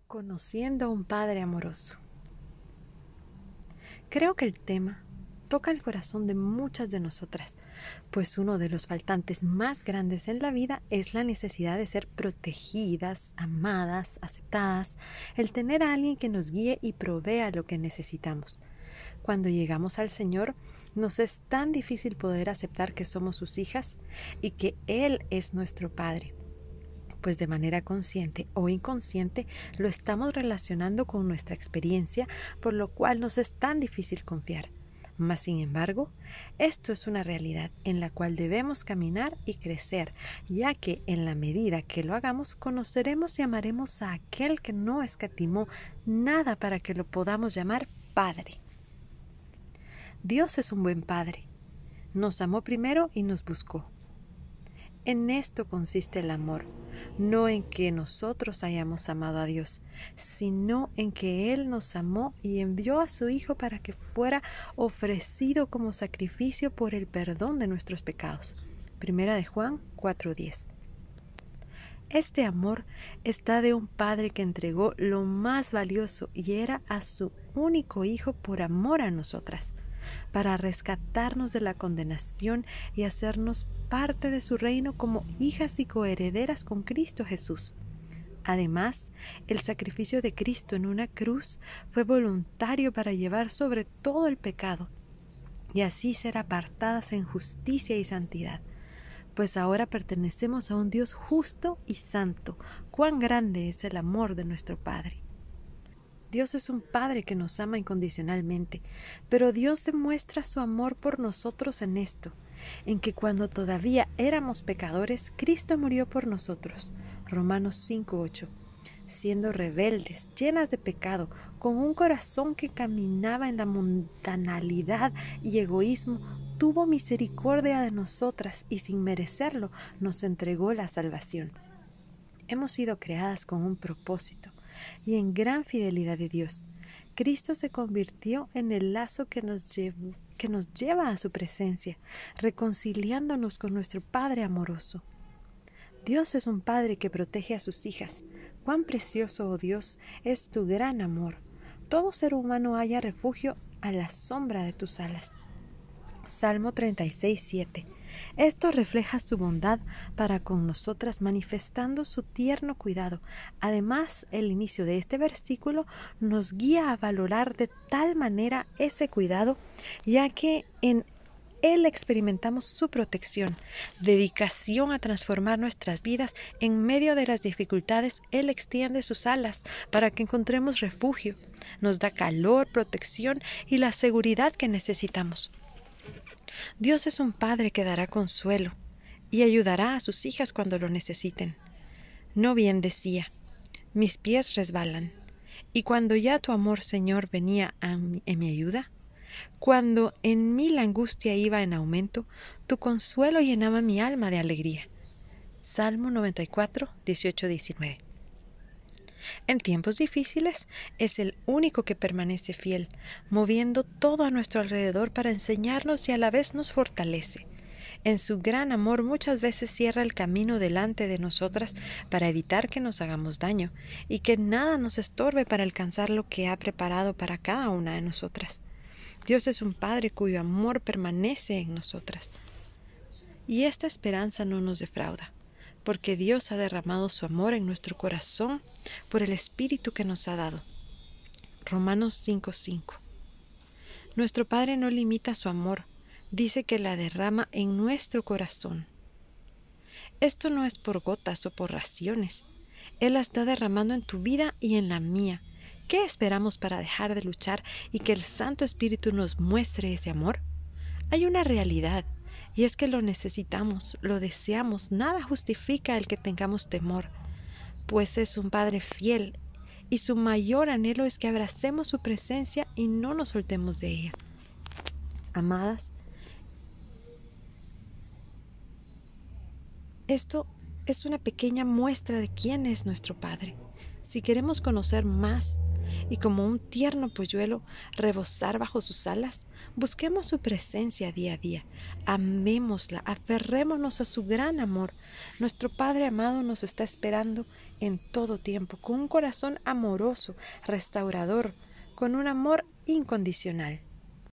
Conociendo a un Padre amoroso. Creo que el tema toca el corazón de muchas de nosotras, pues uno de los faltantes más grandes en la vida es la necesidad de ser protegidas, amadas, aceptadas, el tener a alguien que nos guíe y provea lo que necesitamos. Cuando llegamos al Señor, nos es tan difícil poder aceptar que somos sus hijas y que Él es nuestro Padre, pues de manera consciente o inconsciente lo estamos relacionando con nuestra experiencia, por lo cual nos es tan difícil confiar. Mas, sin embargo, esto es una realidad en la cual debemos caminar y crecer, ya que en la medida que lo hagamos, conoceremos y amaremos a aquel que no escatimó nada para que lo podamos llamar Padre. Dios es un buen Padre. Nos amó primero y nos buscó. En esto consiste el amor, no en que nosotros hayamos amado a Dios, sino en que Él nos amó y envió a su Hijo para que fuera ofrecido como sacrificio por el perdón de nuestros pecados. Primera de Juan 4:10. Este amor está de un Padre que entregó lo más valioso y era a su único Hijo por amor a nosotras, para rescatarnos de la condenación y hacernos parte de su reino como hijas y coherederas con Cristo Jesús. Además, el sacrificio de Cristo en una cruz fue voluntario para llevar sobre todo el pecado y así ser apartadas en justicia y santidad, pues ahora pertenecemos a un Dios justo y santo. ¡Cuán grande es el amor de nuestro Padre! Dios es un Padre que nos ama incondicionalmente, pero Dios demuestra su amor por nosotros en esto, en que cuando todavía éramos pecadores, Cristo murió por nosotros. Romanos 5:8. Siendo rebeldes, llenas de pecado, con un corazón que caminaba en la mundanalidad y egoísmo, tuvo misericordia de nosotras y sin merecerlo nos entregó la salvación. Hemos sido creadas con un propósito y en gran fidelidad de Dios. Cristo se convirtió en el lazo que nos lleva a su presencia, reconciliándonos con nuestro Padre amoroso. Dios es un Padre que protege a sus hijas. Cuán precioso, oh Dios, es tu gran amor. Todo ser humano halla refugio a la sombra de tus alas. Salmo 36:7. Esto refleja su bondad para con nosotras, manifestando su tierno cuidado. Además, el inicio de este versículo nos guía a valorar de tal manera ese cuidado, ya que en él experimentamos su protección, dedicación a transformar nuestras vidas. En medio de las dificultades, Él extiende sus alas para que encontremos refugio. Nos da calor, protección y la seguridad que necesitamos. Dios es un Padre que dará consuelo y ayudará a sus hijas cuando lo necesiten. No bien decía: mis pies resbalan. Y cuando ya tu amor, Señor, venía en mi ayuda, cuando en mí la angustia iba en aumento, tu consuelo llenaba mi alma de alegría. Salmo 94, 18-19. En tiempos difíciles es el único que permanece fiel, moviendo todo a nuestro alrededor para enseñarnos y a la vez nos fortalece. En su gran amor muchas veces cierra el camino delante de nosotras para evitar que nos hagamos daño y que nada nos estorbe para alcanzar lo que ha preparado para cada una de nosotras. Dios es un Padre cuyo amor permanece en nosotras. Y esta esperanza no nos defrauda, porque Dios ha derramado su amor en nuestro corazón por el Espíritu que nos ha dado. Romanos 5:5. Nuestro Padre no limita su amor, dice que la derrama en nuestro corazón. Esto no es por gotas o por raciones. Él la está derramando en tu vida y en la mía. ¿Qué esperamos para dejar de luchar y que el Santo Espíritu nos muestre ese amor? Hay una realidad, y es que lo necesitamos, lo deseamos. Nada justifica el que tengamos temor, pues es un Padre fiel, y su mayor anhelo es que abracemos su presencia y no nos soltemos de ella. Amadas, esto es una pequeña muestra de quién es nuestro Padre. Si queremos conocer más, y como un tierno polluelo rebosar bajo sus alas. Busquemos su presencia día a día, amémosla, aferrémonos a su gran amor. Nuestro Padre amado nos está esperando en todo tiempo, con un corazón amoroso, restaurador, con un amor incondicional.